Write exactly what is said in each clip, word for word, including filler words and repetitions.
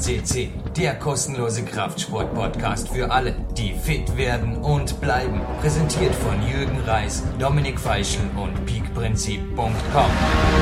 C C, der kostenlose Kraftsport-Podcast für alle, die fit werden und bleiben. Präsentiert von Jürgen Reis, Dominik Feischl und peakprinzip punkt com.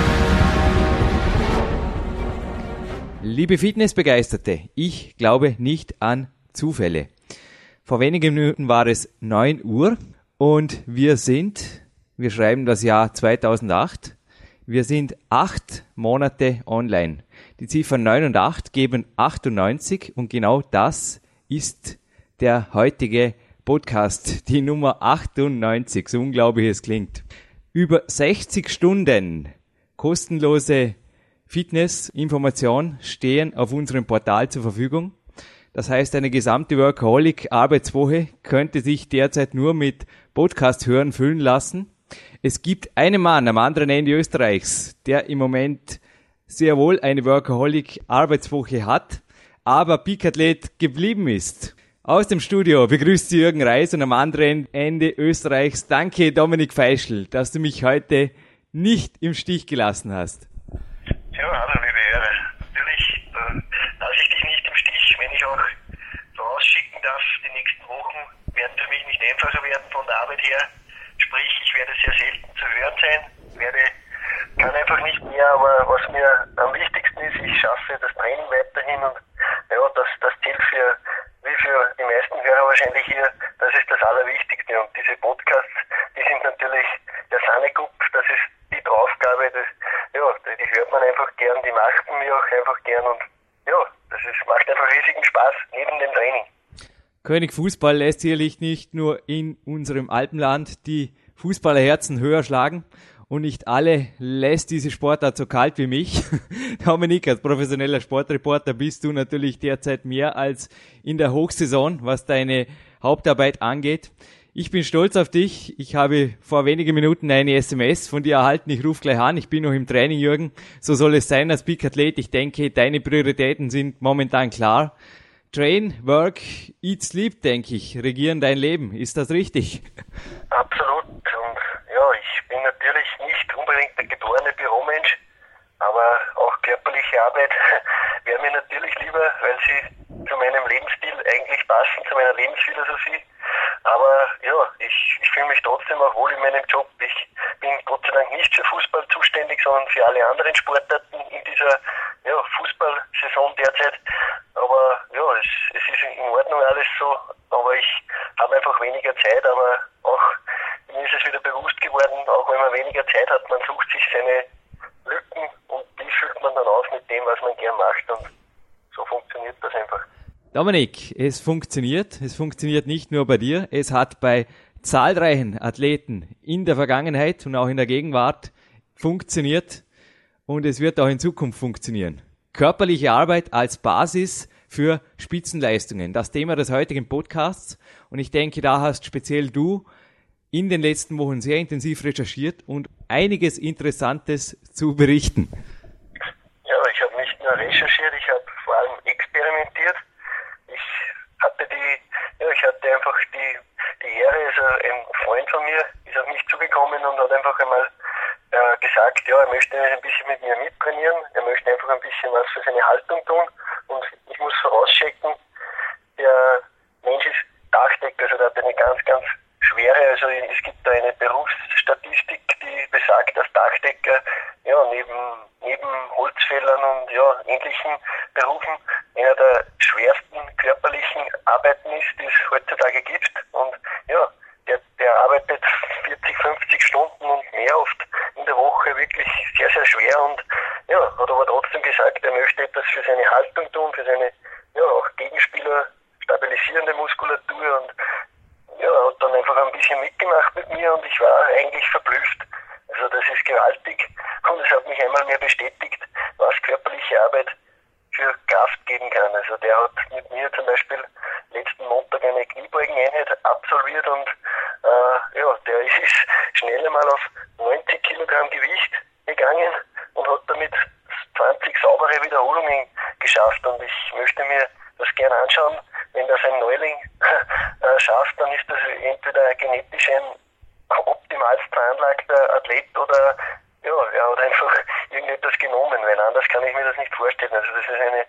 Liebe Fitnessbegeisterte, ich glaube nicht an Zufälle. Vor wenigen Minuten war es neun Uhr und wir sind, wir schreiben das Jahr zweitausendacht, wir sind acht Monate online. Die Ziffern neun und acht geben achtundneunzig und genau das ist der heutige Podcast, die Nummer achtundneunzig, so unglaublich es klingt. Über sechzig Stunden kostenlose Fitnessinformation stehen auf unserem Portal zur Verfügung. Das heißt, eine gesamte Workaholic-Arbeitswoche könnte sich derzeit nur mit Podcast-Hören füllen lassen. Es gibt einen Mann am anderen Ende Österreichs, der im Moment sehr wohl eine Workaholic-Arbeitswoche hat, aber Peak-Athlet geblieben ist. Aus dem Studio begrüßt Sie Jürgen Reis und am anderen Ende Österreichs danke Dominik Feischl, dass du mich heute nicht im Stich gelassen hast. Ja, hallo liebe Ehre. Natürlich äh, lasse ich dich nicht im Stich, wenn ich auch vorausschicken darf, die nächsten Wochen werden für mich nicht einfacher werden von der Arbeit her. Sprich, ich werde sehr selten zu hören sein, werde, kann einfach nicht mehr, aber was mir am wichtigsten ist, ich schaffe das Training weiterhin und ja, das, das zählt für, wie für die meisten Hörer wahrscheinlich hier, das ist das Allerwichtigste und diese Podcasts, die sind natürlich der Sahnegub, das ist die Draufgabe, das, ja, die hört man einfach gern, die macht man mir auch einfach gern und ja, das ist, macht einfach riesigen Spaß neben dem Training. König Fußball lässt sicherlich nicht nur in unserem Alpenland die Fußballerherzen höher schlagen und nicht alle lässt diese Sportart so kalt wie mich. Dominik, als professioneller Sportreporter bist du natürlich derzeit mehr als in der Hochsaison, was deine Hauptarbeit angeht. Ich bin stolz auf dich. Ich habe vor wenigen Minuten eine S M S von dir erhalten. Ich rufe gleich an. Ich bin noch im Training, Jürgen. So soll es sein als Peak-Athlet. Ich denke, deine Prioritäten sind momentan klar. Train, Work, Eat, Sleep, denke ich, regieren dein Leben. Ist das richtig? Absolut. Und ja, ich bin natürlich nicht unbedingt der geborene Büromensch, aber auch körperliche Arbeit wäre mir natürlich lieber, weil sie zu meinem Lebensstil eigentlich passen, zu meiner Lebensphilosophie. Aber ja, ich, ich fühle mich trotzdem auch wohl in meinem Job. Ich bin Gott sei Dank nicht für Fußball zuständig, sondern für alle anderen Sportarten in dieser ja, Fußballsaison derzeit. Aber ja, es, es ist in Ordnung alles so, aber ich habe einfach weniger Zeit, aber auch mir ist es wieder bewusst geworden, auch wenn man weniger Zeit hat, man sucht sich seine Lücken und die füllt man dann auf mit dem, was man gern macht und so funktioniert das einfach. Dominik, es funktioniert, es funktioniert nicht nur bei dir, es hat bei zahlreichen Athleten in der Vergangenheit und auch in der Gegenwart funktioniert und es wird auch in Zukunft funktionieren. Körperliche Arbeit als Basis für Spitzenleistungen. Das Thema des heutigen Podcasts. Und ich denke, da hast speziell du in den letzten Wochen sehr intensiv recherchiert und einiges Interessantes zu berichten. Ja, ich habe nicht nur recherchiert, ich habe vor allem experimentiert. Ich hatte die, ja, ich hatte einfach die, die Ehre, also ein Freund von mir ist auf mich zugekommen und hat einfach einmal äh, gesagt, ja, er möchte ein bisschen mit mir mittrainieren, er möchte einfach ein bisschen was für seine Haltung tun und ich muss vorauschecken, der Mensch ist Dachdecker, also der hat eine ganz, ganz schwere, also es gibt da eine Berufsstatistik, die besagt, dass Dachdecker ja neben, neben Holzfällern und ja ähnlichen Berufen einer der schwersten körperlichen Arbeiten ist, die es heutzutage gibt und ja, der, der arbeitet vierzig, fünfzig Stunden und mehr oft in der Woche wirklich sehr, sehr schwer und ja, hat aber trotzdem gesagt, er möchte etwas für seine Haltung tun, für seine ja auch Gegenspieler stabilisierende Muskulatur und ja, hat dann einfach ein bisschen mitgemacht mit mir und ich war eigentlich verblüfft. Also das ist gewaltig und es hat mich einmal mehr bestätigt, was körperliche Arbeit für Kraft geben kann. Also der hat mit mir zum Beispiel letzten Montag eine Kniebeugeneinheit absolviert und äh, ja, der ist schnell einmal auf neunzig Kilogramm Gewicht gegangen und hat damit zwanzig saubere Wiederholungen geschafft und ich möchte mir das gerne anschauen. Wenn das ein Neuling äh, schafft, dann ist das entweder genetisch ein optimalst veranlagter Athlet oder ja, er hat einfach irgendetwas genommen, weil anders kann ich mir das nicht vorstellen. Also das ist eine, eine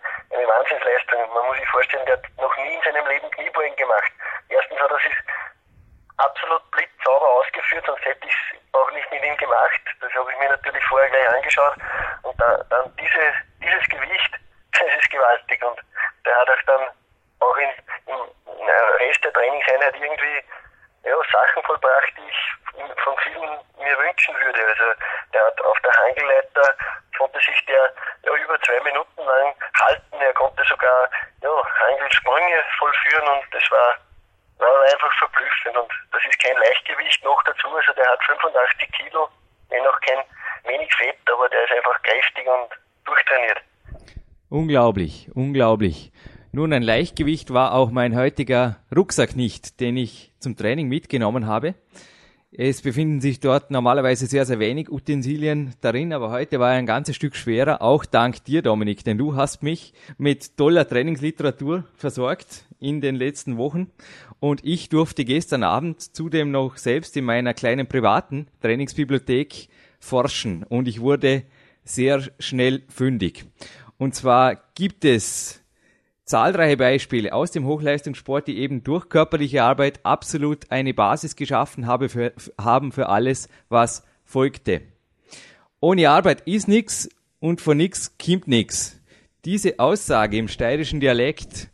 Wahnsinnsleistung. Man muss sich vorstellen, der hat noch nie in seinem Leben Kniebeugen gemacht. Erstens hat er sich absolut blitzsauber ausgeführt, sonst hätte ich es auch nicht mit ihm gemacht. Das habe ich mir natürlich vorher gleich angeschaut. Und da, dann diese, dieses Gewicht, das ist gewaltig. Und der hat auch dann auch in, im Rest der Trainingseinheit irgendwie ja, Sachen vollbracht, die ich von vielen mir wünschen würde. Also der hat auf der Hangelleiter, konnte sich der ja, über zwei Minuten lang halten. Er konnte sogar ja, Hangelsprünge vollführen und das war, war einfach verblüffend. Und das ist kein Leichtgewicht noch dazu. Also der hat fünfundachtzig Kilo, wenn auch kein wenig Fett, aber der ist einfach kräftig und durchtrainiert. Unglaublich, unglaublich. Nun, ein Leichtgewicht war auch mein heutiger Rucksack nicht, den ich zum Training mitgenommen habe. Es befinden sich dort normalerweise sehr, sehr wenig Utensilien darin, aber heute war er ein ganzes Stück schwerer, auch dank dir, Dominik, denn du hast mich mit toller Trainingsliteratur versorgt in den letzten Wochen und ich durfte gestern Abend zudem noch selbst in meiner kleinen privaten Trainingsbibliothek forschen und ich wurde sehr schnell fündig. Und zwar gibt es zahlreiche Beispiele aus dem Hochleistungssport, die eben durch körperliche Arbeit absolut eine Basis geschaffen habe für, haben für alles, was folgte. Ohne Arbeit ist nix und von nix kommt nix. Diese Aussage im steirischen Dialekt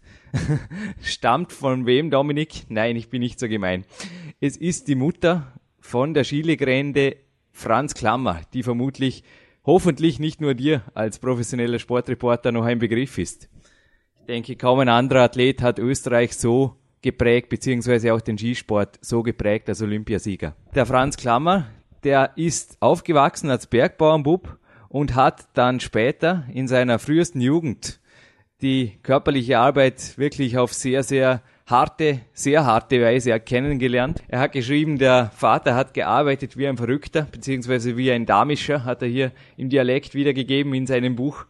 stammt von wem, Dominik? Nein, ich bin nicht so gemein. Es ist die Mutter von der Skilegende Franz Klammer, die vermutlich, hoffentlich nicht nur dir als professioneller Sportreporter noch ein Begriff ist. Ich denke, kaum ein anderer Athlet hat Österreich so geprägt, beziehungsweise auch den Skisport so geprägt als Olympiasieger. Der Franz Klammer, der ist aufgewachsen als Bergbauernbub und hat dann später in seiner frühesten Jugend die körperliche Arbeit wirklich auf sehr, sehr harte, sehr harte Weise kennengelernt. Er hat geschrieben, der Vater hat gearbeitet wie ein Verrückter, beziehungsweise wie ein Damischer, hat er hier im Dialekt wiedergegeben in seinem Buch.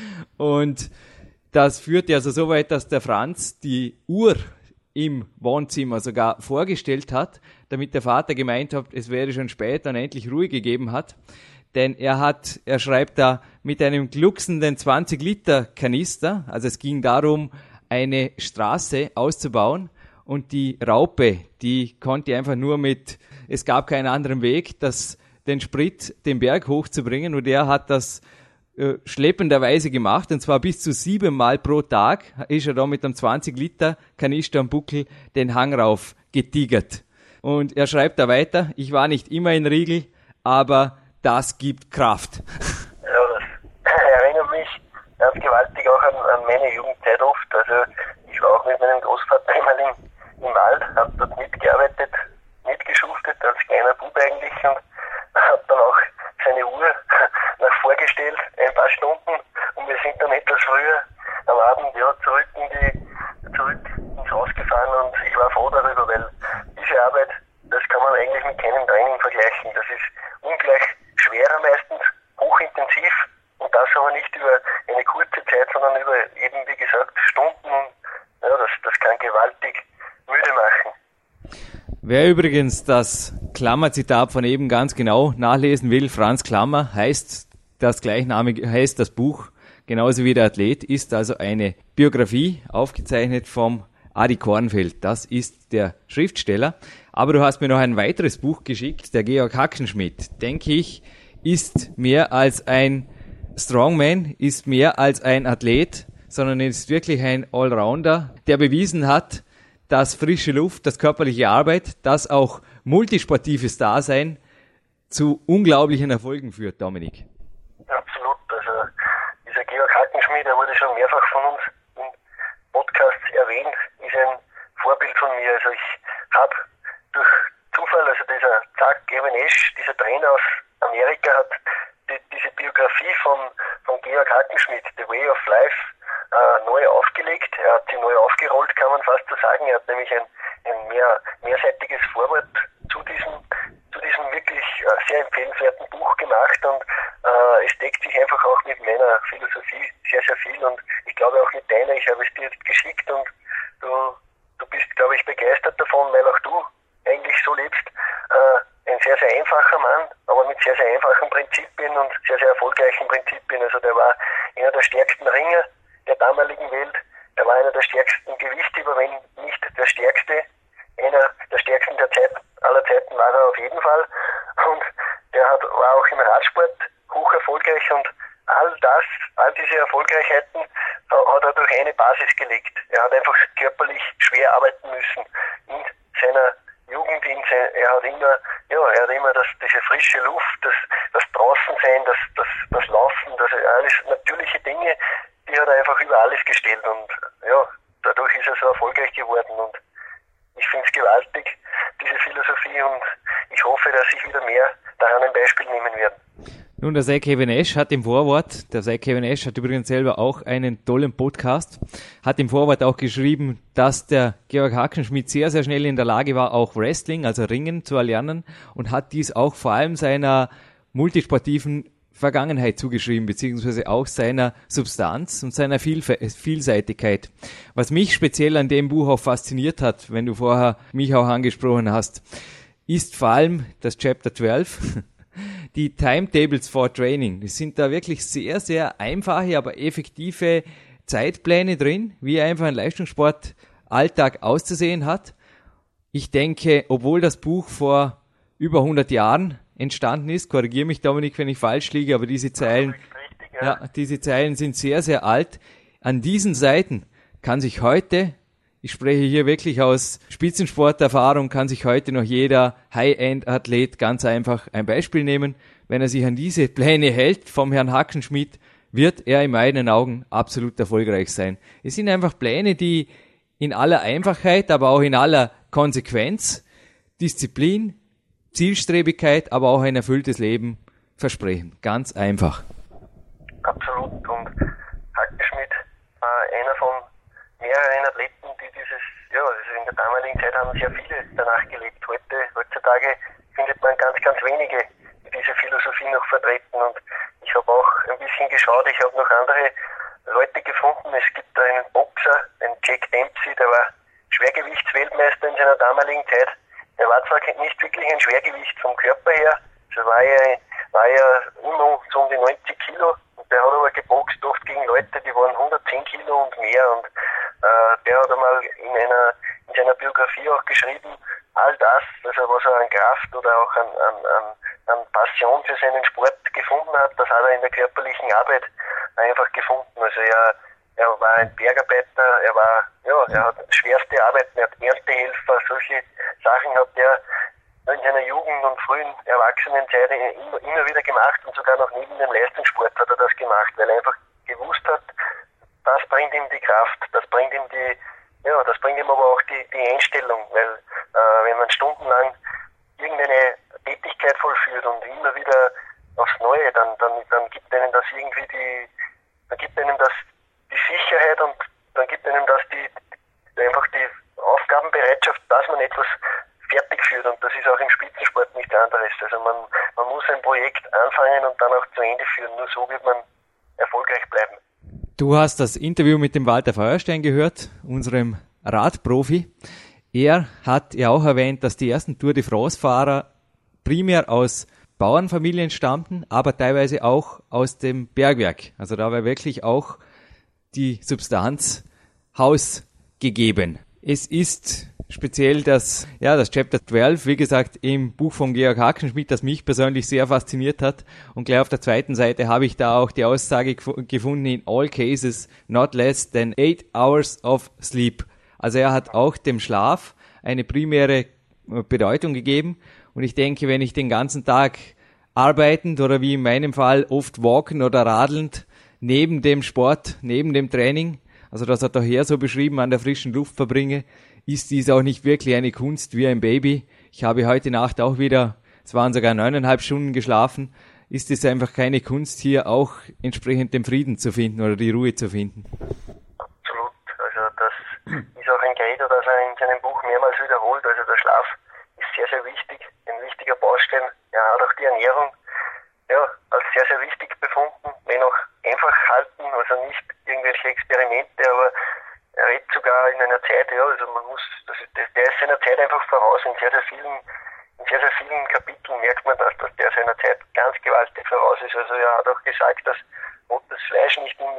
Und das führte also so weit, dass der Franz die Uhr im Wohnzimmer sogar vorgestellt hat, damit der Vater gemeint hat, es wäre schon spät und endlich Ruhe gegeben hat. Denn er hat, er schreibt da, mit einem glucksenden zwanzig Liter Kanister, also es ging darum, eine Straße auszubauen und die Raupe, die konnte einfach nur mit, es gab keinen anderen Weg, das, den Sprit den Berg hochzubringen und er hat das schleppenderweise gemacht, und zwar bis zu siebenmal pro Tag ist er da mit einem zwanzig Liter Kanister am Buckel den Hang rauf getigert. Und er schreibt da weiter, ich war nicht immer in Riegel, aber das gibt Kraft. Ja, das erinnert mich ganz gewaltig auch an, an meine Jugendzeit oft. Also ich war auch mit meinem Großvater einmal im, im Wald, habe dort mitgearbeitet, mitgeschuftet als kleiner Bub eigentlich und habe dann auch seine Uhr nach vorgestellt, ein paar Stunden, und wir sind dann etwas früher am Abend ja, zurück, in die, zurück ins Haus gefahren und ich war froh darüber, weil diese Arbeit, das kann man eigentlich mit keinem Training vergleichen. Das ist ungleich schwerer meistens, hochintensiv und das aber nicht über eine kurze Zeit, sondern über eben, wie gesagt, Stunden. Ja, das, das kann gewaltig müde machen. Wer übrigens das Klammer-Zitat von eben ganz genau nachlesen will, Franz Klammer heißt das gleichnamige, heißt das Buch, genauso wie der Athlet, ist also eine Biografie, aufgezeichnet vom Adi Kornfeld. Das ist der Schriftsteller. Aber du hast mir noch ein weiteres Buch geschickt, der Georg Hackenschmidt, denke ich, ist mehr als ein Strongman, ist mehr als ein Athlet, sondern ist wirklich ein Allrounder, der bewiesen hat, dass frische Luft, das körperliche Arbeit, das auch multisportives Dasein zu unglaublichen Erfolgen führt, Dominik. Absolut. Also dieser Georg Hackenschmidt, der wurde schon mehrfach von uns in Podcasts erwähnt, ist ein Vorbild von mir. Also ich habe durch Zufall, also dieser Zach Gavin-Esch, dieser Trainer aus Amerika, hat die, diese Biografie von, von Georg Hackenschmidt, The Way of Life, äh, neu aufgelegt. Er hat sie neu aufgerollt, kann man fast so sagen. Er hat nämlich ein, ein mehr, mehrseitiges Vorwort zu diesem, zu diesem wirklich äh, sehr empfehlenswerten Buch gemacht und äh, es deckt sich einfach auch mit meiner Philosophie sehr, sehr viel und ich glaube auch mit deiner. Ich habe es dir jetzt geschickt und du, du bist, glaube ich, begeistert davon, weil auch du eigentlich so lebst. Äh, ein sehr, sehr einfacher Mann, aber mit sehr, sehr einfachen Prinzipien und sehr, sehr erfolgreichen Prinzipien. Also der war einer der stärksten Ringer der damaligen Welt. Er war einer der stärksten Gewichtheber, wenn nicht der stärkste. Einer der stärksten der Zeit, aller Zeiten war er auf jeden Fall. Und der hat, war auch im Radsport hoch erfolgreich und all das, all diese Erfolgreichkeiten hat er durch eine Basis gelegt. Er hat einfach körperlich schwer arbeiten müssen. In seiner Jugend, in sein, er hat immer, ja, er hat immer das, diese frische Luft, das, das Draußensein, das, das, das Laufen, das alles natürliche Dinge, die hat er einfach über alles gestellt und ja, dadurch ist er so erfolgreich geworden und ich finde es gewaltig, diese Philosophie und ich hoffe, dass sich wieder mehr daran ein Beispiel nehmen werden. Nun, der Zach Even-Esh hat im Vorwort, der Zach Even-Esh hat übrigens selber auch einen tollen Podcast, hat im Vorwort auch geschrieben, dass der Georg Hackenschmidt sehr, sehr schnell in der Lage war, auch Wrestling, also Ringen zu erlernen und hat dies auch vor allem seiner multisportiven Vergangenheit zugeschrieben, beziehungsweise auch seiner Substanz und seiner Vielf- Vielseitigkeit. Was mich speziell an dem Buch auch fasziniert hat, wenn du vorher mich auch angesprochen hast, ist vor allem das Chapter zwölf, die Timetables for Training. Es sind da wirklich sehr, sehr einfache, aber effektive Zeitpläne drin, wie einfach ein Leistungssportalltag auszusehen hat. Ich denke, obwohl das Buch vor über hundert Jahren entstanden ist, korrigiere mich Dominik, wenn ich falsch liege, aber diese Zeilen, Richtig, ja. ja, diese Zeilen sind sehr, sehr alt. An diesen Seiten kann sich heute, ich spreche hier wirklich aus Spitzensporterfahrung, kann sich heute noch jeder High-End-Athlet ganz einfach ein Beispiel nehmen. Wenn er sich an diese Pläne hält vom Herrn Hackenschmidt, wird er in meinen Augen absolut erfolgreich sein. Es sind einfach Pläne, die in aller Einfachheit, aber auch in aller Konsequenz, Disziplin, Zielstrebigkeit, aber auch ein erfülltes Leben versprechen. Ganz einfach. Absolut. Und Hackenschmidt war einer von mehreren Athleten, die dieses, ja, also in der damaligen Zeit haben sehr viele danach gelebt. Heute, heutzutage findet man ganz, ganz wenige, die diese Philosophie noch vertreten. Und ich habe auch ein bisschen geschaut, ich habe noch andere Leute gefunden. Es gibt da einen Boxer, einen Jack Dempsey, der war Schwergewichtsweltmeister in seiner damaligen Zeit. Er war zwar nicht wirklich ein Schwergewicht vom Körper her, also war er, war er immer so um die neunzig Kilo, und der hat aber geboxt oft gegen Leute, die waren hundertzehn Kilo und mehr, und äh, der hat einmal in einer, in seiner Biografie auch geschrieben, all das, also was er an Kraft oder auch an, an, an, an Passion für seinen Sport gefunden hat, das hat er in der körperlichen Arbeit einfach gefunden. Also er Er war ein Bergarbeiter, er war, ja, er hat schwerste Arbeiten, er hat Erntehelfer, solche Sachen hat er in seiner Jugend und frühen Erwachsenenzeit immer, immer wieder gemacht und sogar noch neben dem Leistungssport hat er das gemacht, weil er einfach gewusst hat, das bringt ihm die Kraft, das bringt ihm die, ja, das bringt ihm aber auch die, die Einstellung, weil äh, wenn man stundenlang irgendeine Tätigkeit vollführt und immer wieder aufs Neue, dann, dann, dann gibt einem das irgendwie die, dann gibt einem das die Sicherheit und dann gibt einem das die, einfach die Aufgabenbereitschaft, dass man etwas fertig führt, und das ist auch im Spitzensport nichts anderes. Also man, man muss ein Projekt anfangen und dann auch zu Ende führen, nur so wird man erfolgreich bleiben. Du hast das Interview mit dem Walter Feuerstein gehört, unserem Radprofi. Er hat ja auch erwähnt, dass die ersten Tour de France-Fahrer primär aus Bauernfamilien stammten, aber teilweise auch aus dem Bergwerk. Also da war wirklich auch die Substanz hausgegeben. Es ist speziell das, ja, das Chapter zwölf, wie gesagt, im Buch von Georg Hackenschmidt, das mich persönlich sehr fasziniert hat. Und gleich auf der zweiten Seite habe ich da auch die Aussage gefunden, in all cases not less than eight hours of sleep. Also er hat auch dem Schlaf eine primäre Bedeutung gegeben. Und ich denke, wenn ich den ganzen Tag arbeitend oder wie in meinem Fall oft walken oder radelnd neben dem Sport, neben dem Training, also das hat er hier so beschrieben, an der frischen Luft verbringe, ist dies auch nicht wirklich eine Kunst wie ein Baby. Ich habe heute Nacht auch wieder, es waren sogar neuneinhalb Stunden geschlafen, ist es einfach keine Kunst, hier auch entsprechend den Frieden zu finden oder die Ruhe zu finden. Absolut, also das ist auch ein Credo, das er in seinem Buch mehrmals wiederholt, also der Schlaf ist sehr, sehr wichtig, ein wichtiger Baustein. Er hat auch die Ernährung ja, als sehr, sehr wichtig befunden, wenn auch einfach halten, also nicht irgendwelche Experimente, aber er redet sogar in einer Zeit, ja, also man muss, das ist, der ist seiner Zeit einfach voraus, in sehr, sehr vielen, in sehr, sehr vielen Kapiteln merkt man das, dass der seiner Zeit ganz gewaltig voraus ist. Also er hat auch gesagt, dass rotes Fleisch nicht in,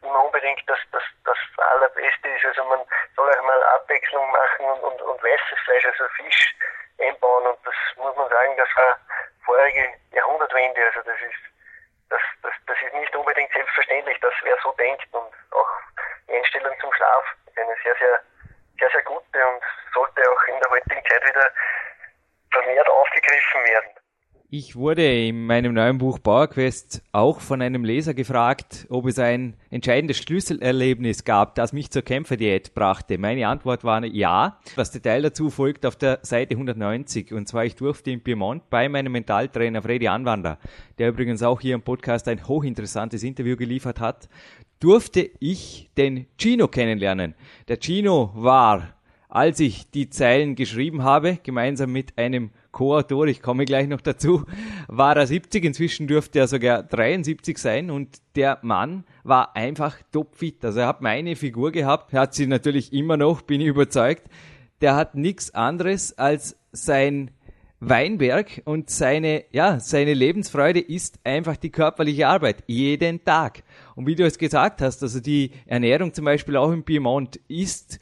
immer unbedingt das, das, das Allerbeste ist. Also man soll auch mal Abwechslung machen und, und, und weißes Fleisch, also Fisch einbauen, und das muss man sagen, das war vorige Jahrhundertwende, also das ist das, das, das ist nicht unbedingt selbstverständlich, dass wer so denkt, und auch die Einstellung zum Schlaf ist eine sehr, sehr, sehr, sehr gute und sollte auch in der heutigen Zeit wieder vermehrt aufgegriffen werden. Ich wurde in meinem neuen Buch Bauerquest auch von einem Leser gefragt, ob es ein entscheidendes Schlüsselerlebnis gab, das mich zur Kämpferdiät brachte. Meine Antwort war ja. Das Detail dazu folgt auf der Seite hundertneunzig. Und zwar, ich durfte in Piemont bei meinem Mentaltrainer Freddy Anwander, der übrigens auch hier im Podcast ein hochinteressantes Interview geliefert hat, durfte ich den Gino kennenlernen. Der Gino war, als ich die Zeilen geschrieben habe, gemeinsam mit einem Co-Autor, ich komme gleich noch dazu, war er siebzig, inzwischen dürfte er sogar dreiundsiebzig sein, und der Mann war einfach topfit. Also er hat meine Figur gehabt, hat sie natürlich immer noch, bin ich überzeugt. Der hat nichts anderes als sein Weinberg, und seine, ja, seine Lebensfreude ist einfach die körperliche Arbeit, jeden Tag. Und wie du es gesagt hast, also die Ernährung zum Beispiel auch im Piemont ist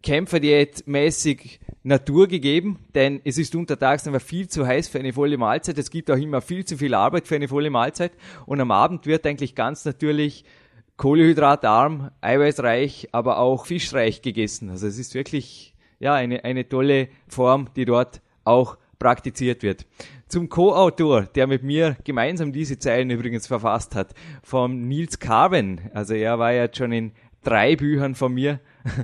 Kämpferdiät-mäßig naturgegeben, denn es ist untertags einfach viel zu heiß für eine volle Mahlzeit. Es gibt auch immer viel zu viel Arbeit für eine volle Mahlzeit, und am Abend wird eigentlich ganz natürlich kohlenhydratarm, eiweißreich, aber auch fischreich gegessen. Also es ist wirklich ja eine, eine tolle Form, die dort auch praktiziert wird. Zum Co-Autor, der mit mir gemeinsam diese Zeilen übrigens verfasst hat, vom Nils Carven. Also er war ja schon in drei Büchern von mir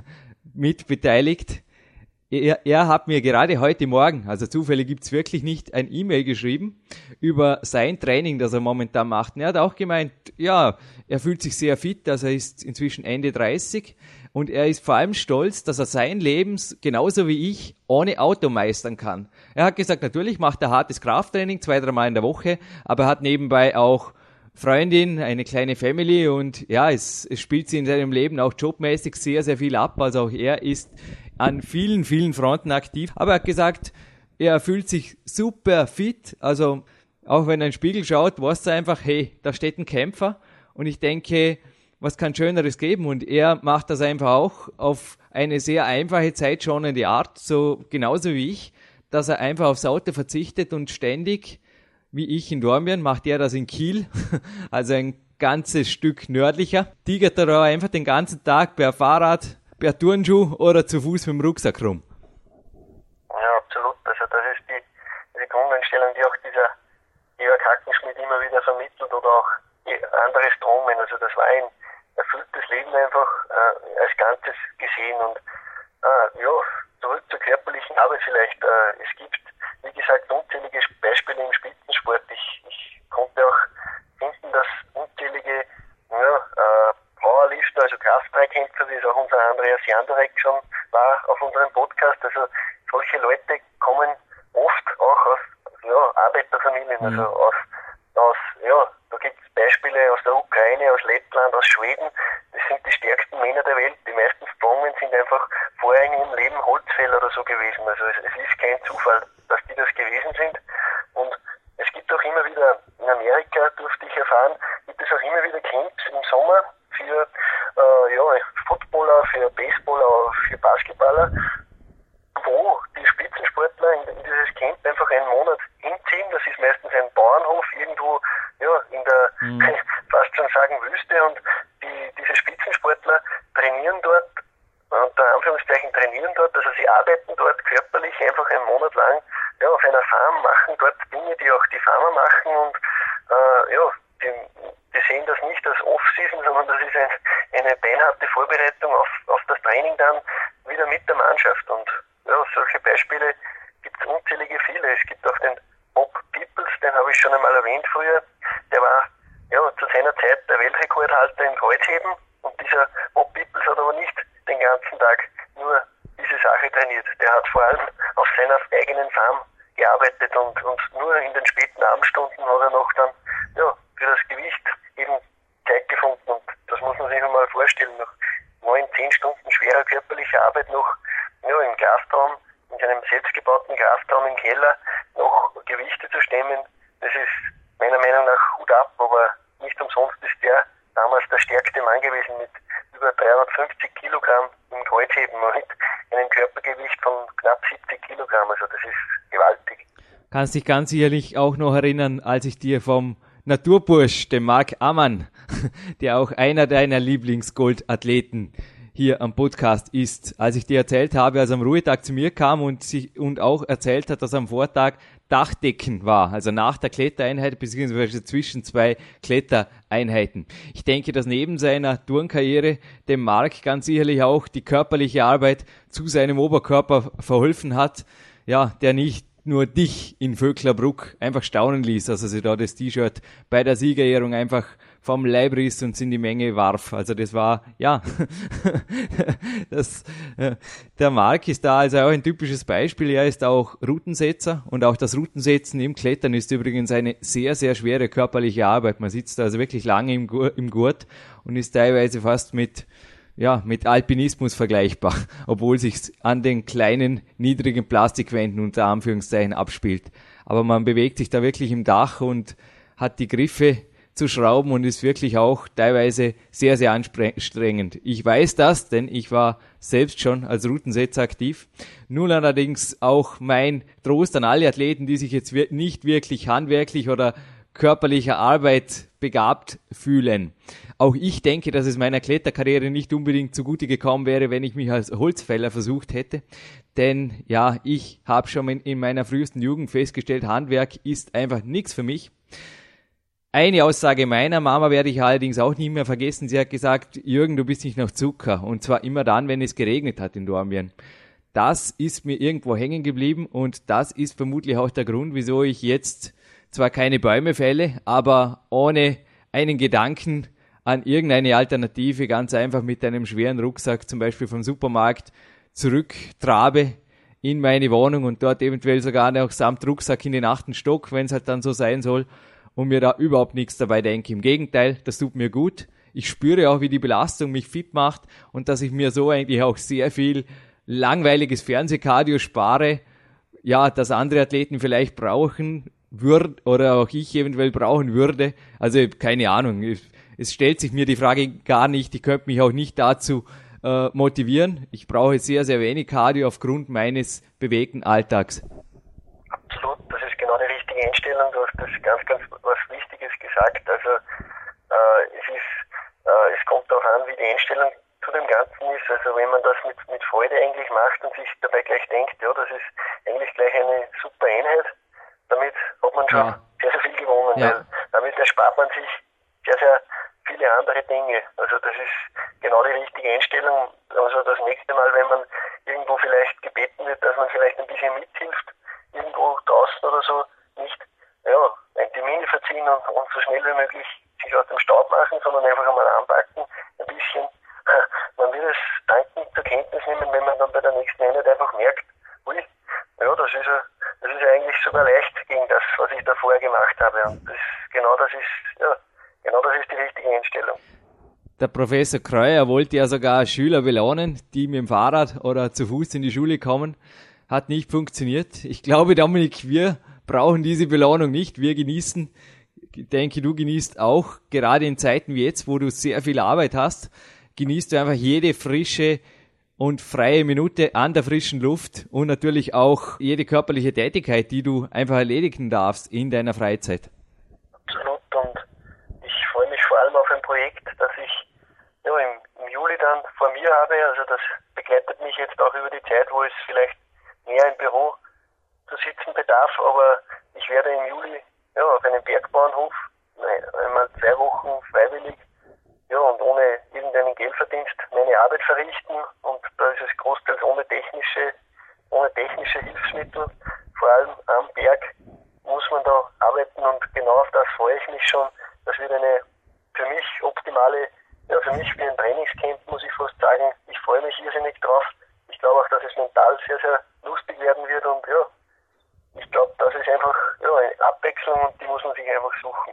mit beteiligt. Er, er hat mir gerade heute Morgen, also Zufälle gibt's wirklich nicht, ein E-Mail geschrieben über sein Training, das er momentan macht. Und er hat auch gemeint, ja, er fühlt sich sehr fit, also er ist inzwischen Ende dreißig, und er ist vor allem stolz, dass er sein Leben, genauso wie ich, ohne Auto meistern kann. Er hat gesagt, natürlich macht er hartes Krafttraining, zwei, dreimal in der Woche, aber er hat nebenbei auch Freundin, eine kleine Family, und ja, es, es spielt sie in seinem Leben auch jobmäßig sehr, sehr viel ab. Also auch er ist an vielen, vielen Fronten aktiv. Aber er hat gesagt, er fühlt sich super fit. Also auch wenn er in den Spiegel schaut, weiß er einfach, hey, da steht ein Kämpfer. Und ich denke, was kann Schöneres geben? Und er macht das einfach auch auf eine sehr einfache, zeitschonende Art, so genauso wie ich, dass er einfach aufs Auto verzichtet und ständig, wie ich in Dornbirn, macht er das in Kiel, also ein ganzes Stück nördlicher, tigert er einfach den ganzen Tag per Fahrrad, per Turnschuh oder zu Fuß mit dem Rucksack rum. Ja, absolut. Also das ist die, die Grundeinstellung, die auch dieser Georg Hackenschmidt immer wieder vermittelt, oder auch andere Strommen. Also das war ein erfülltes Leben einfach äh, als Ganzes gesehen. Und äh, ja, zurück zur körperlichen Arbeit vielleicht. Äh, es gibt, wie gesagt, unzählige Beispiele im Spitzensport. Ich, ich konnte auch finden, dass unzählige ja, äh, Powerlifter, also Kraftdreikämpfer, wie es auch unser Andreas Jandarek schon war auf unserem Podcast. Also solche Leute kommen oft auch aus ja, Arbeiterfamilien, mhm. also aus, aus ja, da gibt es Beispiele aus der Ukraine, aus Lettland, aus Schweden. Das sind die stärksten Männer der Welt. Die meisten Strongmen sind einfach vorher in ihrem Leben Holzfäller oder so gewesen. Also es, es ist kein Zufall, dass die das gewesen sind. Und es gibt auch immer wieder, in Amerika durfte ich erfahren, gibt es auch immer wieder Camps im Sommer für äh, ja, Footballer, für Baseballer, für Basketballer, wo die Spitzensportler in, in dieses Camp einfach einen Monat hinziehen. Das ist meistens ein Bauernhof irgendwo ja, in der, mhm. fast schon sagen, Wüste, und die, diese Spitzensportler trainieren dort, unter Anführungszeichen trainieren dort, also sie arbeiten dort körperlich einfach einen Monat lang ja, auf einer Farm, machen dort Dinge, die auch die Farmer machen, und äh, ja, die, die sehen das nicht als Off-Season, sondern das ist ein, eine beinharte Vorbereitung auf, auf das Training dann wieder mit der Mannschaft. Und ja, solche Beispiele gibt es unzählige viele. Es gibt auch den Bob Peoples, den habe ich schon einmal erwähnt früher. Der war ja zu seiner Zeit der Weltrekordhalter im Kreuzheben, und dieser Bob Peoples hat aber nicht den ganzen Tag nur diese Sache trainiert. Der hat vor allem auf seiner eigenen Farm gearbeitet, und, und nur in den späten Abendstunden hat er noch dann ja, für das Gewicht eben Zeit gefunden. Und das muss man sich einmal vorstellen, nach neun, zehn Stunden schwerer körperlicher Arbeit noch ja, im Kraftraum, in seinem selbstgebauten Kraftraum im Keller noch Gewichte zu stemmen, das ist meiner Meinung nach Hut ab, aber nicht umsonst ist der damals der stärkste Mann gewesen mit über dreihundertfünfzig Kilogramm im Kreuzheben mit einem Körpergewicht von knapp siebzig Kilogramm. Also das ist gewaltig. Kannst dich ganz sicherlich auch noch erinnern, als ich dir vom Naturbursch, dem Marc Ammann, der auch einer deiner Lieblingsgoldathleten hier am Podcast ist, als ich dir erzählt habe, als er am Ruhetag zu mir kam und sich und auch erzählt hat, dass am Vortag Dachdecken war, also nach der Klettereinheit beziehungsweise zwischen zwei Klettereinheiten. Ich denke, dass neben seiner Turnkarriere dem Marc ganz sicherlich auch die körperliche Arbeit zu seinem Oberkörper verholfen hat, ja, der nicht nur dich in Vöcklerbruck einfach staunen ließ, dass er sich da das T-Shirt bei der Siegerehrung einfach vom Leib riss und in die Menge warf. Also das war, ja, das, äh, der Marc ist da also auch ein typisches Beispiel. Er ist auch Routensetzer und auch das Routensetzen im Klettern ist übrigens eine sehr, sehr schwere körperliche Arbeit. Man sitzt also wirklich lange im, Gur- im Gurt und ist teilweise fast mit ja, mit Alpinismus vergleichbar, obwohl sich's an den kleinen, niedrigen Plastikwänden unter Anführungszeichen abspielt. Aber man bewegt sich da wirklich im Dach und hat die Griffe zu schrauben und ist wirklich auch teilweise sehr, sehr anstrengend. Ich weiß das, denn ich war selbst schon als Routensetzer aktiv. Nun allerdings auch mein Trost an alle Athleten, die sich jetzt nicht wirklich handwerklich oder körperlicher Arbeit begabt fühlen. Auch ich denke, dass es meiner Kletterkarriere nicht unbedingt zugute gekommen wäre, wenn ich mich als Holzfäller versucht hätte. Denn ja, ich habe schon in meiner frühesten Jugend festgestellt, Handwerk ist einfach nichts für mich. Eine Aussage meiner Mama werde ich allerdings auch nie mehr vergessen. Sie hat gesagt, Jürgen, du bist nicht noch Zucker. Und zwar immer dann, wenn es geregnet hat in Dornbirn. Das ist mir irgendwo hängen geblieben und das ist vermutlich auch der Grund, wieso ich jetzt zwar keine Bäume fälle, aber ohne einen Gedanken an irgendeine Alternative ganz einfach mit einem schweren Rucksack zum Beispiel vom Supermarkt zurücktrabe in meine Wohnung und dort eventuell sogar noch samt Rucksack in den achten Stock, wenn es halt dann so sein soll, und mir da überhaupt nichts dabei denke. Im Gegenteil, das tut mir gut. Ich spüre auch, wie die Belastung mich fit macht und dass ich mir so eigentlich auch sehr viel langweiliges Fernsehkardio spare, ja, das andere Athleten vielleicht brauchen würde oder auch ich eventuell brauchen würde. Also keine Ahnung, es stellt sich mir die Frage gar nicht. Ich könnte mich auch nicht dazu äh, motivieren. Ich brauche sehr, sehr wenig Cardio aufgrund meines bewegten Alltags. Absolut, das ist genau die richtige Einstellung. Du hast das ganz, ganz was Wichtiges gesagt. Also äh, es ist, äh, es kommt auch an, wie die Einstellung zu dem Ganzen ist. Also wenn man das mit, mit Freude eigentlich macht und sich dabei gleich denkt, ja, das ist eigentlich gleich eine super Einheit, damit hat man schon ja. sehr, sehr viel gewonnen, ja. weil damit erspart man sich sehr, sehr viele andere Dinge. Also das ist genau die richtige Einstellung. Also das nächste Mal, wenn man irgendwo vielleicht gebeten wird, dass man vielleicht ein bisschen mithilft, irgendwo draußen oder so, nicht ja, ein Termin verziehen und, und so schnell wie möglich sich aus dem Staub machen, sondern einfach einmal anpacken, ein bisschen. Man wird es dankend zur Kenntnis nehmen, wenn man dann bei der nächsten Einheit einfach merkt, ui, ja, das ist ja Das ist eigentlich sogar leicht gegen das, was ich da vorher gemacht habe. Und das, genau das ist, ja, genau das ist die richtige Einstellung. Der Professor Kreuer wollte ja sogar Schüler belohnen, die mit dem Fahrrad oder zu Fuß in die Schule kommen. Hat nicht funktioniert. Ich glaube, Dominik, wir brauchen diese Belohnung nicht. Wir genießen, ich denke, du genießt auch, gerade in Zeiten wie jetzt, wo du sehr viel Arbeit hast, genießt du einfach jede frische und freie Minute an der frischen Luft und natürlich auch jede körperliche Tätigkeit, die du einfach erledigen darfst in deiner Freizeit. Absolut, und ich freue mich vor allem auf ein Projekt, das ich ja, im, im Juli dann vor mir habe. Also das begleitet mich jetzt auch über die Zeit, wo es vielleicht mehr im Büro zu sitzen bedarf, aber ich werde im Juli ja, auf einem Bergbauernhof einmal zwei Wochen freiwillig ja, und ohne irgendeinen Geldverdienst meine Arbeit verrichten, und da ist es großteils ohne technische, ohne technische Hilfsmittel. Vor allem am Berg muss man da arbeiten, und genau auf das freue ich mich schon. Das wird eine für mich optimale, ja für mich wie ein Trainingscamp, muss ich fast sagen. Ich freue mich irrsinnig drauf. Ich glaube auch, dass es mental sehr, sehr lustig werden wird, und ja, ich glaube, das ist einfach ja, eine Abwechslung, und die muss man sich einfach suchen.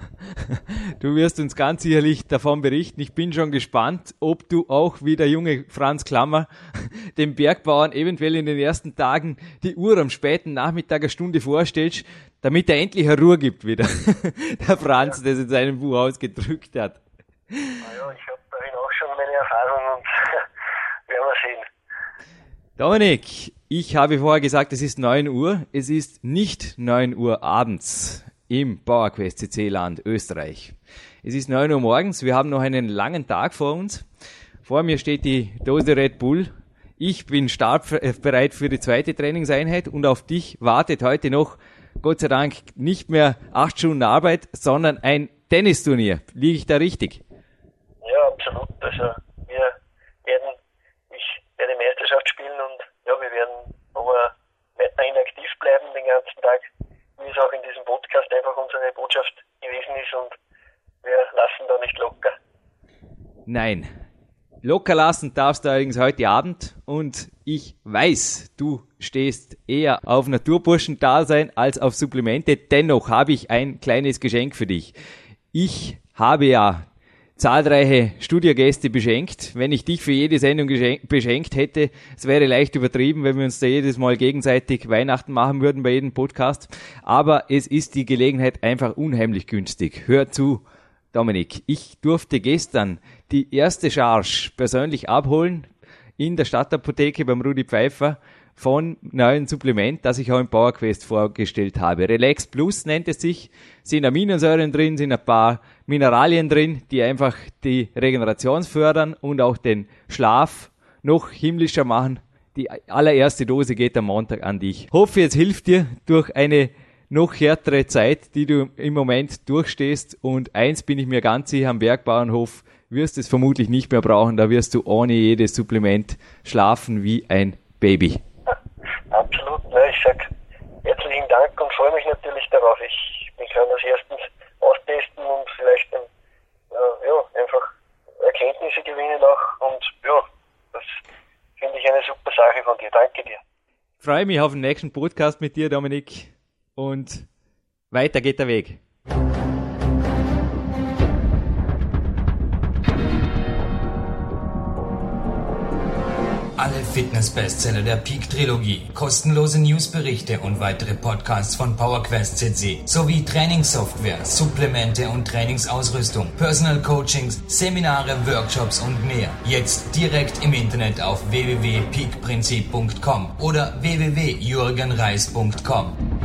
Du wirst uns ganz sicherlich davon berichten. Ich bin schon gespannt, ob du auch wie der junge Franz Klammer den Bergbauern eventuell in den ersten Tagen die Uhr am späten Nachmittag eine Stunde vorstellst, damit er endlich eine Ruhe gibt wieder. Der Franz, ja. Das in seinem Buch ausgedrückt hat. Naja, ich habe darin Dominik, ich habe vorher gesagt, es ist neun Uhr. Es ist nicht neun Uhr abends im PowerQuest C C Land Österreich. Es ist neun Uhr morgens. Wir haben noch einen langen Tag vor uns. Vor mir steht die Dose Red Bull. Ich bin startbereit für die zweite Trainingseinheit und auf dich wartet heute noch, Gott sei Dank, nicht mehr acht Stunden Arbeit, sondern ein Tennisturnier. Liege ich da richtig? Ja, absolut. Also wir werden, ich werde Meisterschaft spielen und ja, wir werden aber weiterhin aktiv bleiben den ganzen Tag, wie es auch in diesem Podcast einfach unsere Botschaft gewesen ist, und wir lassen da nicht locker. Nein. Locker lassen darfst du allerdings heute Abend, und ich weiß, du stehst eher auf Naturburschen-Dasein als auf Supplemente. Dennoch habe ich ein kleines Geschenk für dich. Ich habe ja zahlreiche Studiogäste beschenkt. Wenn ich dich für jede Sendung geschenkt, beschenkt hätte, es wäre leicht übertrieben, wenn wir uns da jedes Mal gegenseitig Weihnachten machen würden bei jedem Podcast. Aber es ist die Gelegenheit einfach unheimlich günstig. Hör zu, Dominik. Ich durfte gestern die erste Charge persönlich abholen in der Stadtapotheke beim Rudi Pfeiffer von neuen Supplement, das ich auch im PowerQuest vorgestellt habe. Relax Plus nennt es sich, sind Aminosäuren drin, sind ein paar Mineralien drin, die einfach die Regeneration fördern und auch den Schlaf noch himmlischer machen. Die allererste Dose geht am Montag an dich. Hoffe, es hilft dir durch eine noch härtere Zeit, die du im Moment durchstehst, und eins bin ich mir ganz sicher, am Bergbauernhof wirst du es vermutlich nicht mehr brauchen, da wirst du ohne jedes Supplement schlafen wie ein Baby. Absolut, ja, ich sag herzlichen Dank und freue mich natürlich darauf. Ich, ich kann das erstens austesten und vielleicht ähm, äh, ja, einfach Erkenntnisse gewinnen auch, und ja, das finde ich eine super Sache von dir. Danke dir. Ich freue mich auf den nächsten Podcast mit dir, Dominik, und weiter geht der Weg. Alle Fitness-Bestseller der Peak-Trilogie, kostenlose Newsberichte und weitere Podcasts von PowerQuest C C sowie Trainingssoftware, Supplemente und Trainingsausrüstung, Personal Coachings, Seminare, Workshops und mehr. Jetzt direkt im Internet auf w w w punkt peak prinzip punkt com oder w w w punkt jürgen reis punkt com.